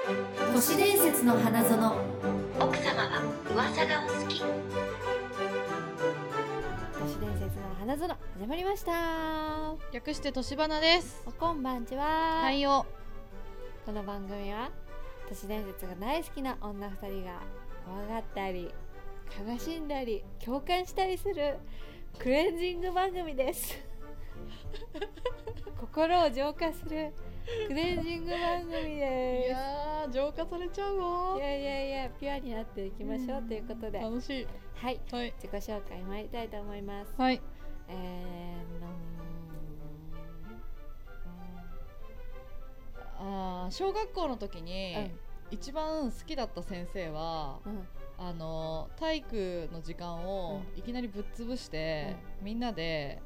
都市伝説の花園。 奥様は噂がお好き。 都市伝説の花園始まりました。 略してとしばなです。 おこんばんちは。 はいよ。 この番組は都市伝説が大好きな女2人が怖がったり悲しんだり共感したりするクレンジング番組です心を浄化するクレンジング番組いでやー浄化されちゃうわ。 す。いやピュアになっていきましょうということで、 楽しい。 はいはい。 自己紹介参りたいと思います。 はい。小学校の時に、一番好きだった先生は、体育の時間をいきなりぶっ潰して、みんなで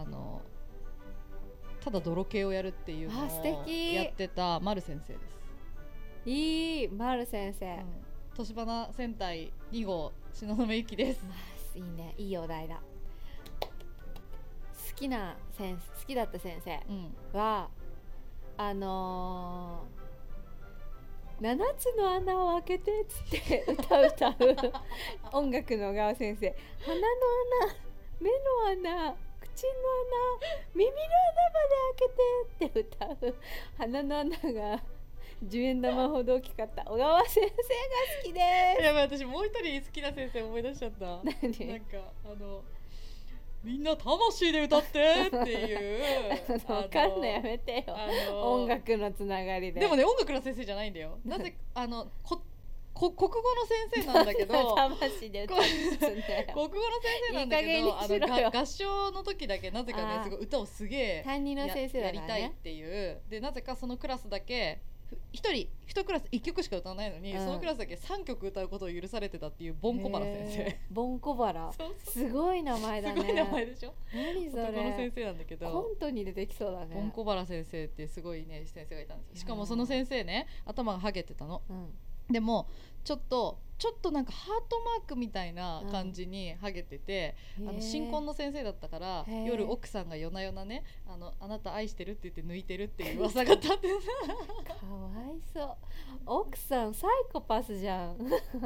ただ泥系をやるっていうのをやってた丸先生です。 いい丸先生、 年花戦隊2号東雲ゆきです。 いいね、いいお題だ。好きだった先生は、7つの穴を開けてっつって歌う音楽の小川先生。鼻の穴、目の穴、口の穴、耳の穴まで開けてって歌う鼻の穴が10円玉ほど大きかった小川先生が好きです。 やばい、私もう一人好きな先生思い出しちゃった。なんかみんな魂で歌ってっていう分かんない、やめてよ、音楽のつながりで。 でもね、音楽の先生じゃないんだよ。なぜ国語の先生なんだけど魂で歌ってんだよ国語の先生なんだけど、合唱の時だけなぜかね、すごい歌をすげえ担任の先生だからね、 やりたいっていうで、なぜかそのクラスだけ1クラス1曲しか歌わないのに、そのクラスだけ3曲歌うことを許されてたっていうボンコバラ先生。 ボンコバラすごい名前だね。 すごい名前でしょ。 何それ。 男の先生なんだけどコントに出てきそうだね。 ボンコバラ先生ってすごいね先生がいたんですよ。しかもその先生ね、頭がハゲてたの、でもちょっとなんかハートマークみたいな感じにハゲてて、新婚の先生だったから、夜奥さんが夜な夜なね、あなた愛してるって言って抜いてるっていう噂が立ってかわいそう。奥さんサイコパスじゃん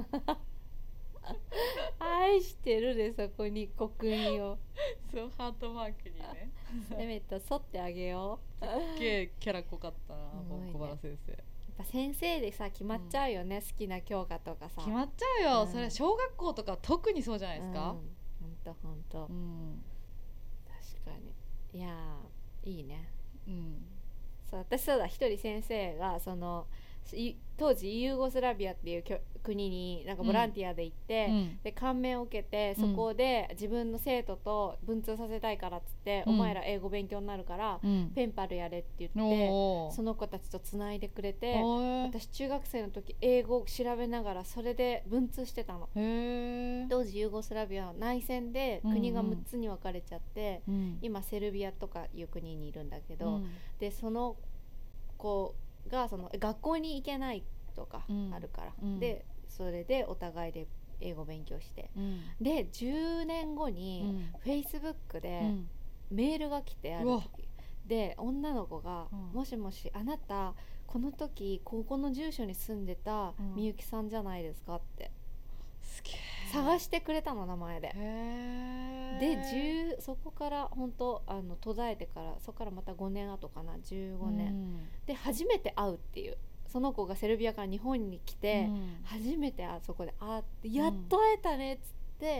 愛してるでそこに刻印をそうハートマークにねせめて剃ってあげよう。 すっげえキャラ濃かったな、ボンコバラ先生。 やっぱ先生でさ決まっちゃうよね、好きな教科とかさ決まっちゃうよ、それ小学校とか特にそうじゃないですか。 ほんと、確かに。いやいいね。そう私そうだ、一人先生が当時ユーゴスラビアっていう国になんかボランティアで行って、で感銘を受けて、そこで自分の生徒と文通させたいからっつって、お前ら英語勉強になるから、ペンパルやれって言って、その子たちとつないでくれて、私中学生の時英語を調べながらそれで文通してたの。当時ユーゴスラビアは内戦で国が6つに分かれちゃって、今セルビアとかいう国にいるんだけど、でその子が学校に行けないとかあるから、でそれでお互いで英語勉強して、で10年後に Facebook でメールが来て、ある時で女の子が、もしもしあなたこの時ここの住所に住んでたみゆきさんじゃないですかって探してくれたの、名前で。でそこから本当途絶えてから、そこからまた5年後かな、15年、で初めて会うっていう、その子がセルビアから日本に来て、初めてそこで会って、やっと会えたねっつって、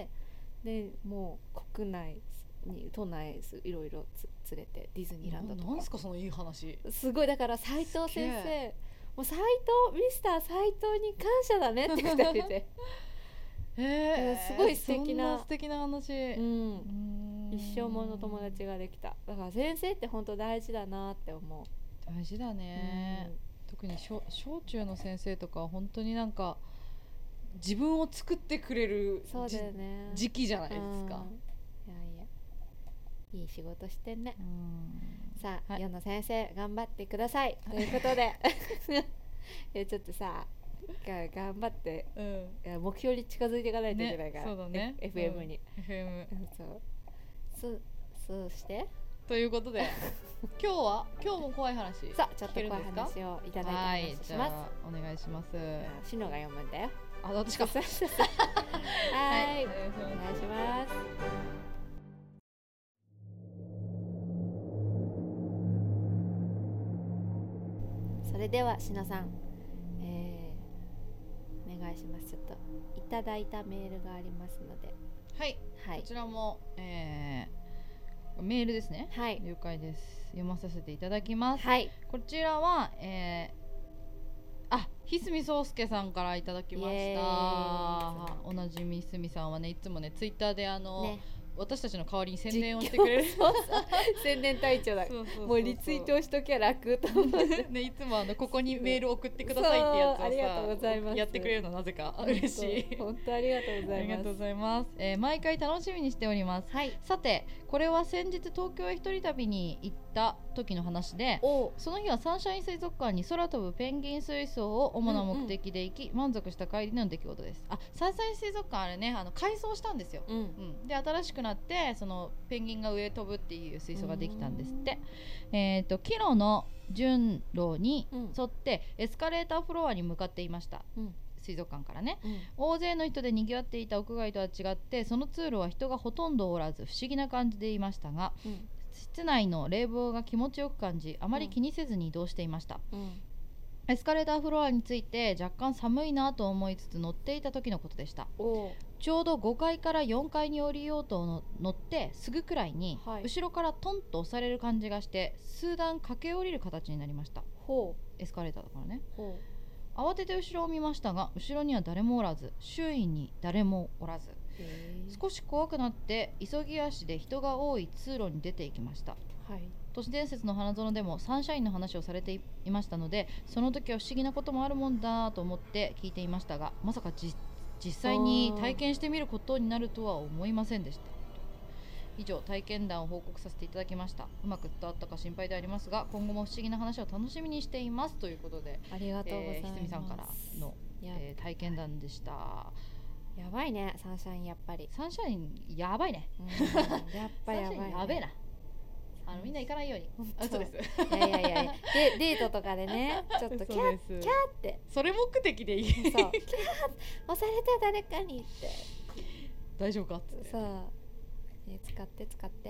でもう国内に都内いろいろ連れてディズニーランドとか。 なんすかそのいい話。 すごい、だから斉藤先生もうミスター斉藤に感謝だねって2人ですごい素敵な話、 一生もの友達ができた。だから先生って本当大事だなって思う。 大事だね、特に小中の先生とかは本当になんか自分を作ってくれる時期じゃないですか。 いい仕事してんね。さあ、世の先生頑張ってくださいということでちょっとさ頑張って、目標に近づいていかないといけないから、 そうだね、 FM に、 FM そうしてということで今日も怖い話さあちょっと怖い話をいただいて話します。 じゃあお願いします。 しのが読むんだよ。 あ、私か。 はい、お願いします。それではしのさん、お願いします。ちょっといただいたメールがありますので、 はい、はい、こちらも、メールですね。はい、了解です。読まさせていただきます。はい、こちらは、ひすみそうすけさんからいただきました。おなじみひすみさんはね、いつもねツイッターで私たちの代わりに宣伝をしてくれる宣伝隊長だ。もうリツイートをしときゃ楽と思ってね、 いつもここにメール送ってくださいってやつをさ、 ありがとうございます。 やってくれるのなぜか嬉しい。 本当ありがとうございます。 ありがとうございます。毎回楽しみにしております。はい、さてこれは先日東京へ一人旅に行った時の話で、その日はサンシャイン水族館に空飛ぶペンギン水槽を主な目的で行き、満足した帰りの出来事です。サンシャイン水族館あれね、改装したんですよ。で新しくなってそのペンギンが上飛ぶっていう水槽ができたんですって。キロの順路に沿ってエスカレーターフロアに向かっていました。水族館からね、大勢の人で賑わっていた屋外とは違って、その通路は人がほとんどおらず不思議な感じでいましたが、室内の冷房が気持ちよく感じ、あまり気にせずに移動していました。エスカレーターフロアについて若干寒いなと思いつつ乗っていた時のことでした。ちょうど5階から4階に降りようと乗ってすぐくらいに、後ろからトンと押される感じがして数段駆け下りる形になりました。エスカレーターだからね。慌てて後ろを見ましたが、後ろには誰もおらず、周囲に誰もおらず、少し怖くなって急ぎ足で人が多い通路に出ていきました。都市伝説の花園でもサンシャインの話をされていましたので、その時は不思議なこともあるもんだと思って聞いていましたが、まさか実際に体験してみることになるとは思いませんでした。以上、体験談を報告させていただきました。うまく伝わったか心配でありますが、今後も不思議な話を楽しみにしていますということで、 ありがとうございます。 ひつみさんからの、体験談でした。 やばいね、サンシャイン。やっぱりサンシャインやばいね。 やっぱやばい、ね、 やべえな。みんな行かないように。そうです。 いやデートとかでね、ちょっとキャッってそれ目的でいい。そうキャッ押されて誰かにって大丈夫かって。 そう、使って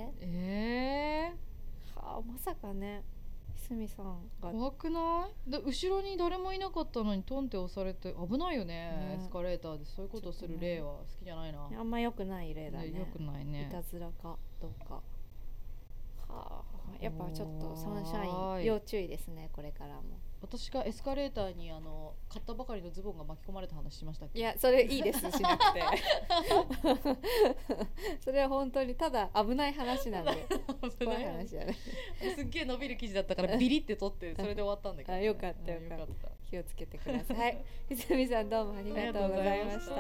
はあ、まさかね、ひすみさんが怖くない？後ろに誰もいなかったのにトンって押されて危ないよね。エスカレーターでそういうことをする例は好きじゃないな。 あんま良くない例だね。 良くないね。 いたずらかどうか。はあ、やっぱちょっとサンシャイン要注意ですね、これからも。 私がエスカレーターに買ったばかりのズボンが巻き込まれた話しましたっけ？ いや、それいいです、しなくてそれは本当にただ危ない話なんで怖い話じゃないすっげえ伸びる生地だったからビリって取ってそれで終わったんだけど、ね、 よかったよかった。気をつけてください。ひつみさん、どうもありがとうございました。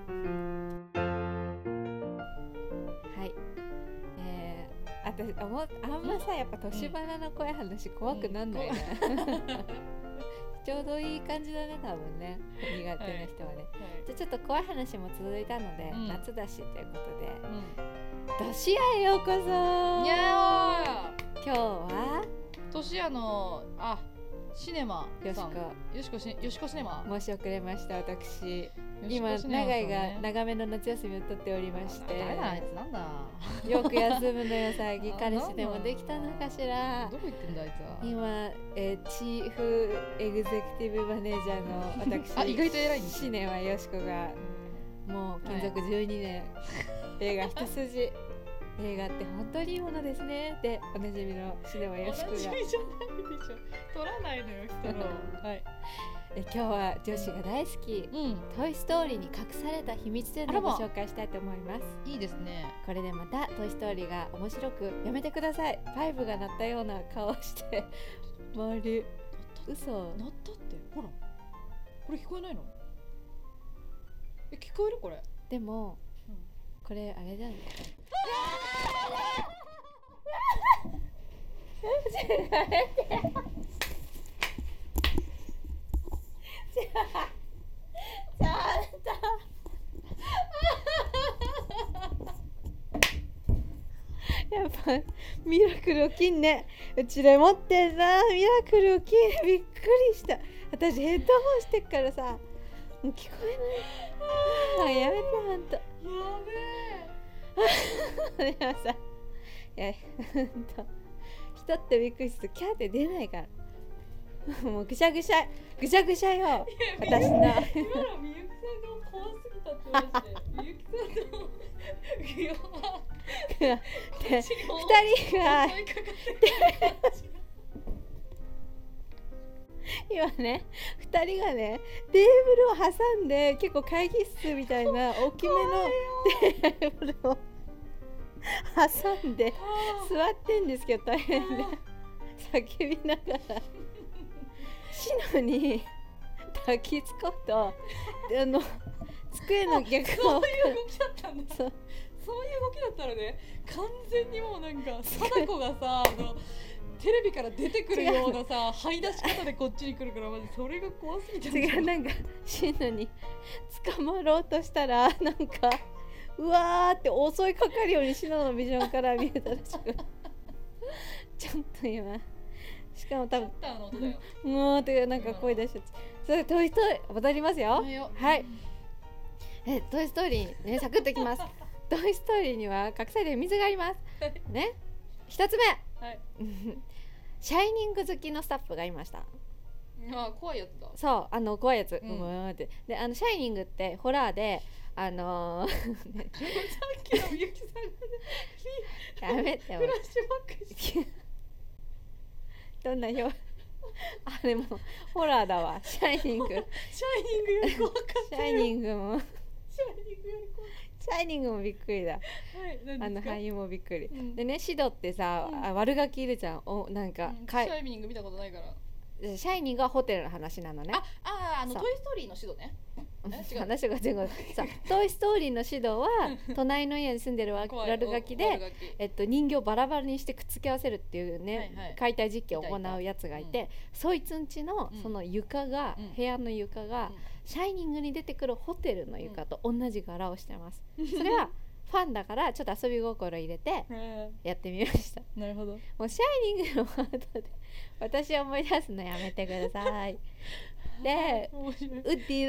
私あんまさ、やっぱ年花の怖い話怖くなんないね、ちょうどいい感じだね、多分ね、苦手な人はね、じゃあちょっと怖い話も続いたので、夏だしということで、年屋へようこそ。今日は年屋のシネマさん、よしこシネマ。 申し遅れました。私今長井が長めの夏休みを取っておりまして、 誰だあいつ、なんだよく休むのよ最近。彼氏でもできたのかしら。 どこ行ってんだあいつは。 今、チーフエグゼクティブマネージャーの私意外と偉いんシネマよしこがもう勤続12年、映画一筋。映画って本当にいいものですねっておなじみのシネマよしこが。おなじみじゃないでしょ、 撮らないのよ人の今日は女子が大好き、トイストーリーに隠された秘密というのをご紹介したいと思います。 いいですね。 これでまたトイストーリーが面白く、やめてください、5が鳴ったような顔して周り嘘鳴ったって。ほらこれ聞こえないの？聞こえるこれ。 でも、これあれだねやばいミラクル起きんね。うちで持ってんな。ミラクル起きんね。びっくりした。私ヘッドホンしてっからさ、もう聞こえない。やめてほんと。 やでもさ、いやほんと人ってびっくりするとキャーって出ないから。もうぐしゃぐしゃよ。私の。 今のみゆきさんが怖すぎたって言われて、みゆきさんので2人が今ね、2人がねテーブルを挟んで、結構会議室みたいな大きめのテーブルを挟んで座ってんですけど、大変で叫びながらシノに抱きつこうと机の逆をそういう動きだったんだ。 そうそういう動きだったらね、完全にもうなんか貞子がさテレビから出てくるようなさ這い出し方でこっちに来るから、まずそれが怖すぎちゃう。 違う、なんかシノに捕まろうとしたら、なんかうわーって襲いかかるようにシノのビジョンから見えたらしくちょっと今、しかも多分シャッターの音だよ。 もうってなんか声出しちゃって、それトイストーリー戻りますよ。はい、トイストーリーね、サクッといきます。トイストーリーには隠される水がありますね。一つ目、 はい、 シャイニング好きのスタッフがいました。 あ、怖いやつだ。 そう、怖いやつ、 うん、 でシャイニングってホラーでさっきのみゆきさんがねやめてよフラッシュバックしてどんな表あれもホラーだわ。シャイニングシャイニングより怖かったよ。 シャイニングもシャイニングより怖かっシャイニングもびっくりだ。 た。はい、何ですか。 俳優もびっくり、 うんでね、シドってさ、悪ガキいるじゃん。なんか、 シャイニング見たことないから。 シャイニングはホテルの話なのね。 トイストーリーのシドね。違う話が全部さ、トイストーリーのシドは隣の家に住んでる悪ガキで、人形バラバラにしてくっつけ合わせるっていうね、 はいはい、 解体実験を行うやつがいて、そいつんちのその床が、部屋の床が、シャイニングに出てくるホテルの床と同じ柄をしてます。それはファンだからちょっと遊び心入れてやってみました。 なるほど。 もうシャイニングのワードで私を思い出すのやめてください。で、ウッディの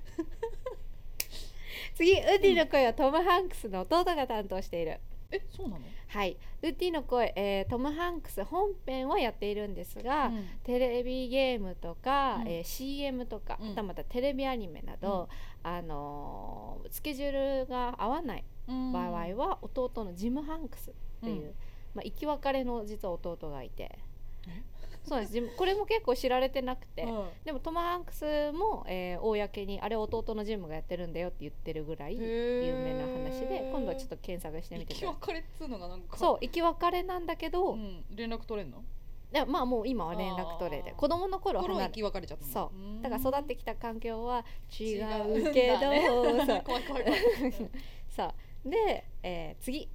次、ウッディの声はトム・ハンクスの弟が担当している。 そうなの？ はい、ウッディの声、トム・ハンクス本編をやっているんですが、テレビゲームとか、CM とか、はたまたテレビアニメなど、スケジュールが合わない場合は、弟のジム・ハンクスっていう、生き別れの実は弟がいて、そうです。これも結構知られてなくて、でもトム・ハンクスも、公にあれ弟のジムがやってるんだよって言ってるぐらい有名な話で、今度はちょっと検索してみてください。 生き別れっつうのがなんか、 そう、生き別れなんだけど、 連絡取れんの？ いや、まあもう今は連絡取れて、子供の頃は生き別れちゃった。 そうだから育ってきた環境は違うけど、そう怖い怖いそうで、次、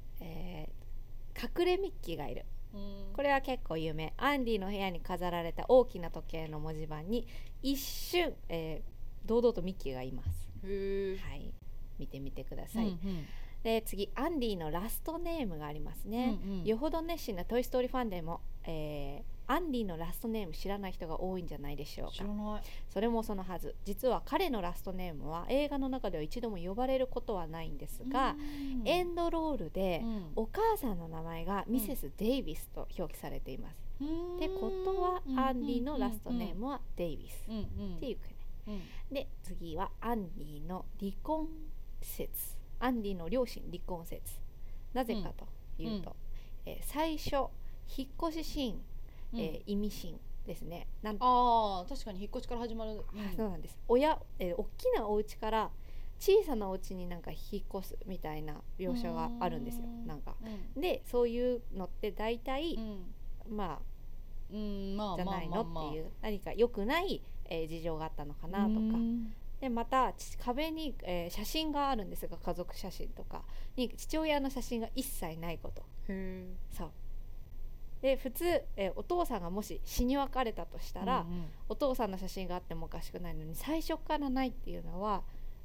隠れミッキーがいる。これは結構有名。アンディの部屋に飾られた大きな時計の文字盤に一瞬、堂々とミッキーがいます。はい、見てみてください。で、次、アンディのラストネームがありますね。よほど熱心なトイストーリーファンでも、アンディのラストネーム知らない人が多いんじゃないでしょうか。 知らない。 それもそのはず。実は彼のラストネームは映画の中では一度も呼ばれることはないんですが、エンドロールでお母さんの名前がミセス・デイビスと表記されています。ってことは、アンディのラストネームはデイビスっていう国、で、次はアンディの離婚説。アンディの両親離婚説。なぜかというと、最初引っ越しシーン、意味シーンですね。 確かに引っ越しから始まる。 そうなんです。大きなお家から小さなお家になんか引っ越すみたいな描写があるんですよ。なんか、で、そういうのって大体、まあじゃないのっていう、何か良くない、事情があったのかなとか。で、また壁に、写真があるんですが、家族写真とかに父親の写真が一切ないこと。そうで、普通、お父さんがもし死に別れたとしたら、お父さんの写真があってもおかしくないのに最初からないっていうのは、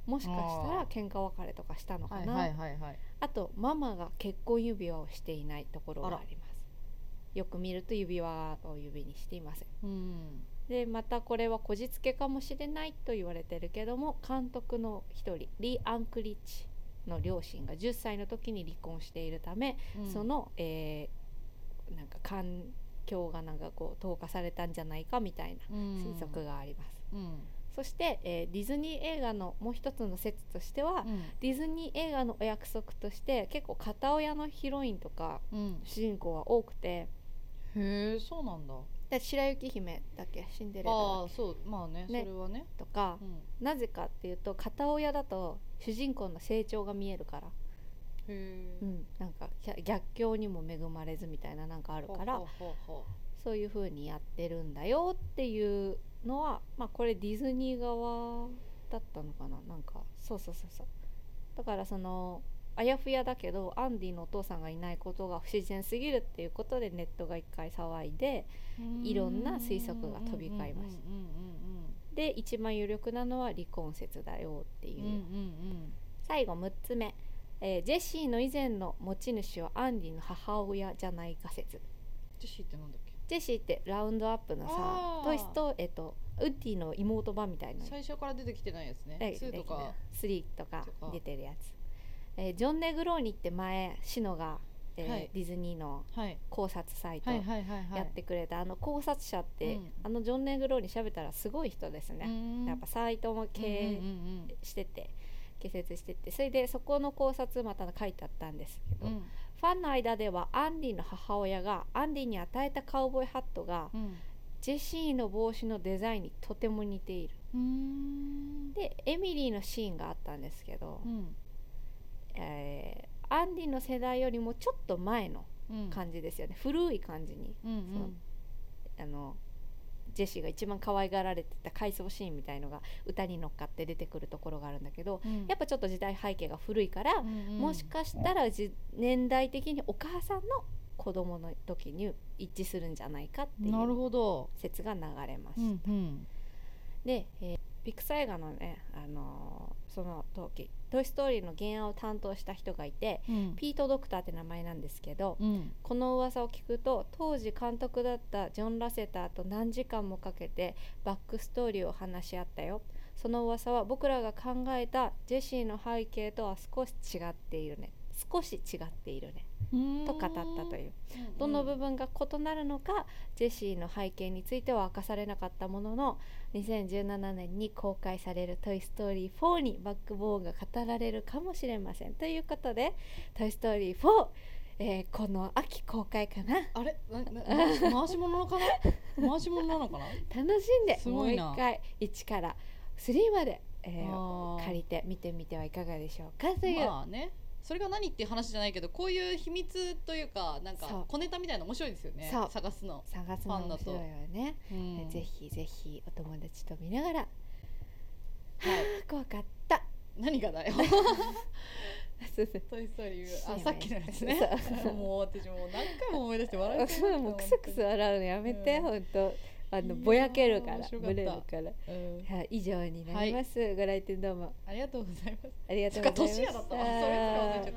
もしかしたら喧嘩別れとかしたのかな、 はいはいはいはい、 あとママが結婚指輪をしていないところがあります。よく見ると指輪を指にしていません、うん、でまたこれはこじつけかもしれないと言われてるけども、監督の一人リー・アンクリッチの両親が10歳の時に離婚しているため、うん、その、なんか環境がなんかこう投下されたんじゃないかみたいな推測があります、うんうん、そして、ディズニー映画のもう一つの説としては、うん、ディズニー映画のお約束として結構片親のヒロインとか、うん、主人公は多くて、 へえ、そうなんだ。 で白雪姫だっけ、シンデレラだっけ、 ああそう、まあ ねそれはねとか、うん、なぜかっていうと片親だと主人公の成長が見えるから、へ、うん、なんか逆境にも恵まれずみたいななんかあるから、そういう風にやってるんだよっていうのは、まあこれディズニー側だったのかな、なんかそうだからそのあやふやだけどアンディのお父さんがいないことが不自然すぎるっていうことでネットが一回騒いでいろんな推測が飛び交いました。で一番有力なのは離婚説だよっていう、最後6つ目、ジェシーの以前の持ち主はアンディの母親じゃないか説。 ジェシーってなんだっけ？ ジェシーってラウンドアップのさトイスと、ウッディの妹版みたいな、 最初から出てきてないやつね。2とか 3とか出てるやつ。ジョン・ネグローニって前シノが、はい、ディズニーの考察サイトやってくれたあの考察者って、あのジョン・ネグローニ喋ったらすごい人ですね。やっぱサイトも経営してて、結設してて、それでそこの考察また書いてあったんですけど、ファンの間ではアンディの母親がアンディに与えたカウボーイハットが、ジェシーの帽子のデザインにとても似ている。でエミリーのシーンがあったんですけど、アンディの世代よりもちょっと前の感じですよね、古い感じに、ジェシーが一番可愛がられてた回想シーンみたいのが歌に乗っかって出てくるところがあるんだけど、やっぱちょっと時代背景が古いから、もしかしたら年代的にお母さんの子供の時に一致するんじゃないかっていう説が流れました。で、ピクサー映画のね、その時トイストーリーの原案を担当した人がいて、ピート・ドクターって名前なんですけど、この噂を聞くと当時監督だったジョン・ラセターと何時間もかけてバックストーリーを話し合ったよ。その噂は僕らが考えたジェシーの背景とは少し違っているねと語ったという、どの部分が異なるのかジェシーの背景については明かされなかったものの、2017年に公開されるトイストーリー4にバックボーンが語られるかもしれませんということで、トイストーリー4、この秋公開かな。 あれ回し物かな回し物なのかな楽しんでもう一回1から3まで、借りて見てみてはいかがでしょうかという、 まあね、それが何っていう話じゃないけど、こういう秘密というかなんか小ネタみたいな面白いですよね。探すの面白いよね、ぜひぜひお友達と見ながら、怖かった。 何がだよトイストーリー、さっきのやつねもう私もう何回も思い出して笑うもうクスクス笑うのやめて、ほんとぼやけるからブレるから、以上になります、ご来店どうもありがとうございます。 ありがとうございました。 年屋だったわ、それ忘れちゃった。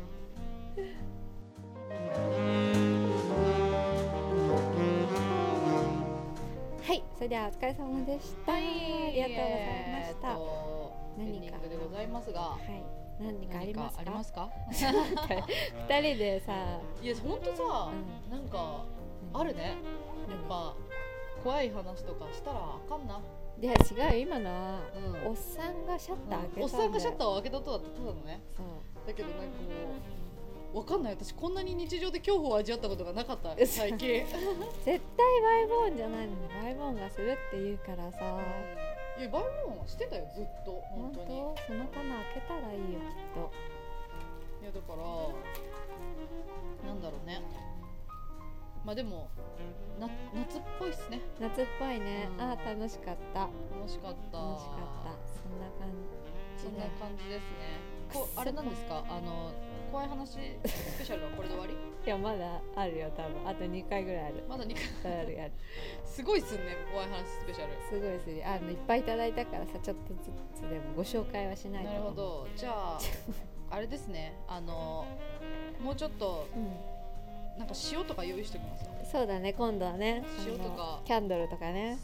はい、それではお疲れ様でした。ありがとうございました。 エンディングでございますが、 何かありますか二人でさ、 いやほんとさ、なんかあるね、やっぱ怖い話とかしたらあかんな。 いや違う、今のは、おっさんがシャッター開けたんだよ。 おっさんがシャッターを開けたとだったただのね。だけどなんかもうわかんない、私こんなに日常で恐怖を味わったことがなかった最近絶対バイボーンじゃないのにバイボーンがするって言うからさ、 いやバイボーンはしてたよずっと。本当にその棚開けたらいいよきっと。 いやだからなんだろうね、まあでも夏っぽいっすね。 夏っぽいね、楽しかった。 そんな感じですね。 あれなんですか、怖い話スペシャルはこれで終わり？ いやまだあるよ多分。あと2回ぐらいある。 まだ2回あるやる。 すごいっすね、怖い話スペシャル。 すごいする。いっぱいいただいたからさ、ちょっとずつでもご紹介はしないと。 なるほど。じゃああれですね、もうちょっと、なんか塩とか用意しておきます。 そうだね、今度はね、 塩とかキャンドルとかね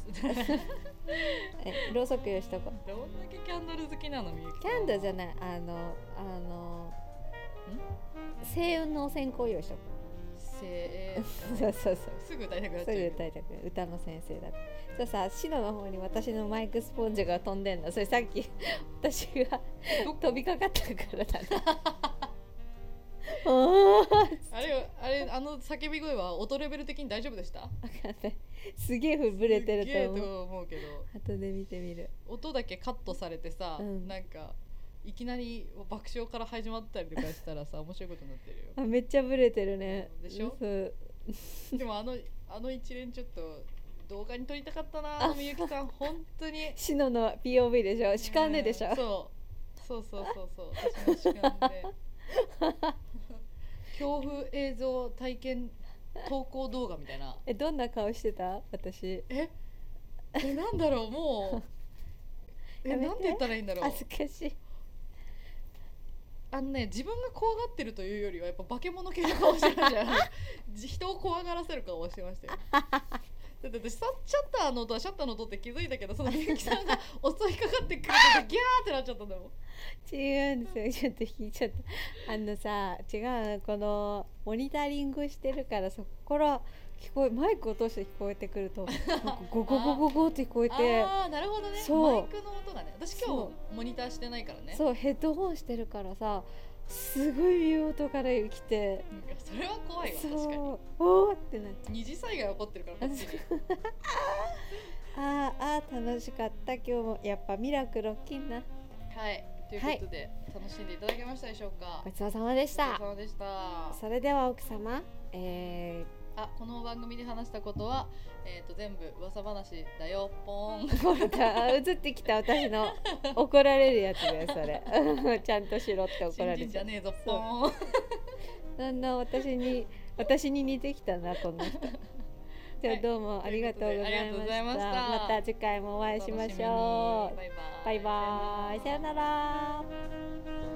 ろうそく用意しとこう。 どんだけキャンドル好きなのみゆきさん。 キャンドルじゃない、星雲のお線香用意しとこう。そうそうそう、 すぐ歌いたくなっちゃう。 すぐ歌いたくなる。歌の先生だって。じゃあさ、シノの方に私のマイクスポンジが飛んでんの。それさっき私が飛びかかったからだねあれ叫び声は音レベル的に大丈夫でした？わかんない。すげえブレてると思うけど、 後で見てみる。 音だけカットされてさ、なんかいきなり爆笑から始まったりとかしたらさ面白いことになってるよ。 めっちゃブレてるね。 でしょ？でもあの一連ちょっと動画に撮りたかったな、みゆきさん本当に。 シノの POV でしょ、主観ででしょ。 そう私の主観で恐怖映像体験投稿動画みたいな。 どんな顔してた？私なんだろう、もうなんて言ったらいいんだろう。 恥ずかしい。 自分が怖がってるというよりはやっぱ化け物系の顔してるじゃん人を怖がらせる顔をしてましたよだって私シャッターの音って気づいたけど、そのみゆきさんが襲いかかってくるとギャーってなっちゃったんだもん。 違うんですよ、ちょっと引いちゃった。さ、違う、このモニタリングしてるから、そこからマイクを通して聞こえてくるとなんかゴゴゴゴゴって聞こえてなるほどね。 そうマイクの音がね、私今日モニターしてないからね。 そう、ヘッドホンしてるからさ、すごい見音から来て、 それは怖いわ。確かにおーってなっちゃう。 二次災害起こってるからこっちに楽しかった。今日もやっぱミラクル大きいな。 はい、ということで、楽しんでいただけましたでしょうか？ ごちそうさまでした。 ごちそうさまでした。それでは奥様、 この番組で話したことは、全部噂話だよ、ポーン。 映ってきた私の怒られるやつだよそれちゃんとしろって怒られる。 じゃねえぞ、ポーン。 だんだん私に似てきたなこの人じゃあどうもありがとうございました。また次回もお会いしましょう。バイバイ。さよなら。